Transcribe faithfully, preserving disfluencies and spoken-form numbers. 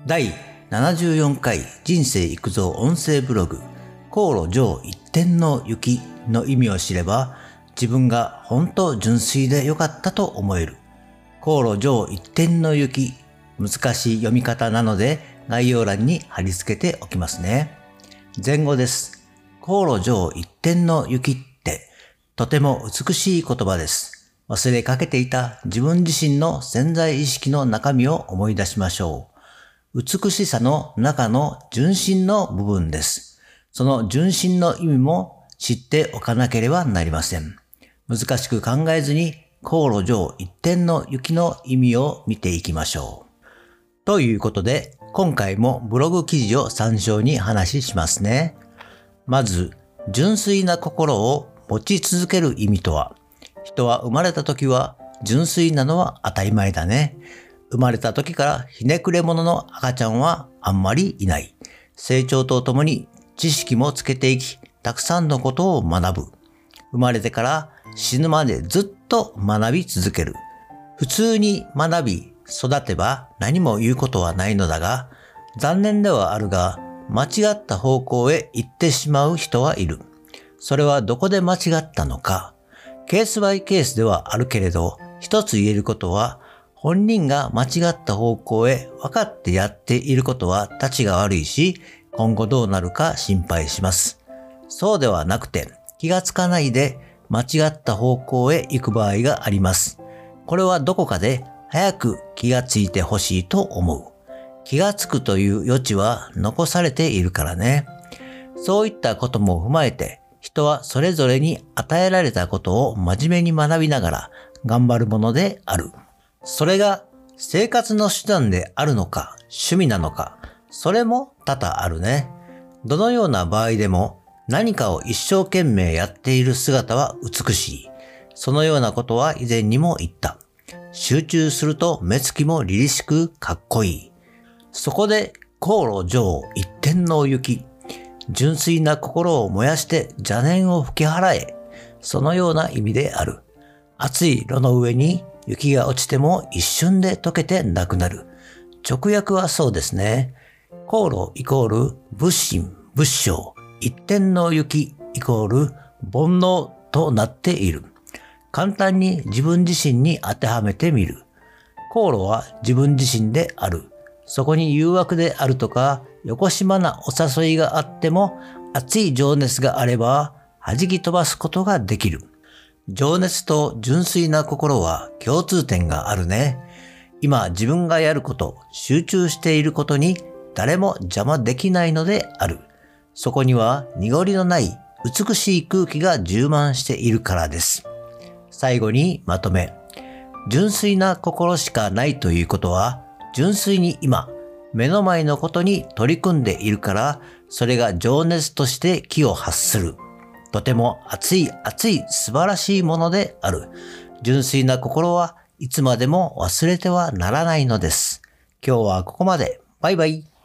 だいななじゅうよんかい人生育造音声ブログ航路上一点の雪の意味を知れば自分が本当純粋でよかったと思える。航路上一点の雪、難しい読み方なので概要欄に貼り付けておきますね。前後です。航路上一点の雪ってとても美しい言葉です。忘れかけていた自分自身の潜在意識の中身を思い出しましょう。美しさの中の純真の部分です。その純真の意味も知っておかなければなりません。難しく考えずに航路上一点の雪の意味を見ていきましょう。ということで、今回もブログ記事を参照に話しますね。まず、純粋な心を持ち続ける意味とは、人は生まれた時は純粋なのは当たり前だね。生まれた時からひねくれ者の赤ちゃんはあんまりいない。成長とともに知識もつけていき、たくさんのことを学ぶ。生まれてから死ぬまでずっと学び続ける。普通に学び、育てば何も言うことはないのだが、残念ではあるが、間違った方向へ行ってしまう人はいる。それはどこで間違ったのか。ケースバイケースではあるけれど、一つ言えることは、本人が間違った方向へ分かってやっていることはたちが悪いし、今後どうなるか心配します。そうではなくて、気がつかないで間違った方向へ行く場合があります。これはどこかで早く気がついてほしいと思う。気がつくという余地は残されているからね。そういったことも踏まえて、人はそれぞれに与えられたことを真面目に学びながら頑張るものである。それが生活の手段であるのか、趣味なのか、それも多々あるね。どのような場合でも何かを一生懸命やっている姿は美しい。そのようなことは以前にも言った。集中すると目つきも凛々しくかっこいい。そこで航路上一点の雪。純粋な心を燃やして邪念を吹き払え。そのような意味である。熱い炉の上に雪が落ちても一瞬で溶けてなくなる。直訳はそうですね。航路イコール仏心仏性。一点の雪イコール煩悩となっている。簡単に自分自身に当てはめてみる。航路は自分自身である。そこに誘惑であるとか、よこしまなお誘いがあっても、熱い情熱があれば、弾き飛ばすことができる。情熱と純粋な心は共通点があるね。今自分がやること、集中していることに誰も邪魔できないのである。そこには濁りのない美しい空気が充満しているからです。最後にまとめ。純粋な心しかないということは、純粋に今、目の前のことに取り組んでいるから、それが情熱として気を発する。とても熱い熱い素晴らしいものである。純粋な心はいつまでも忘れてはならないのです。今日はここまで。バイバイ。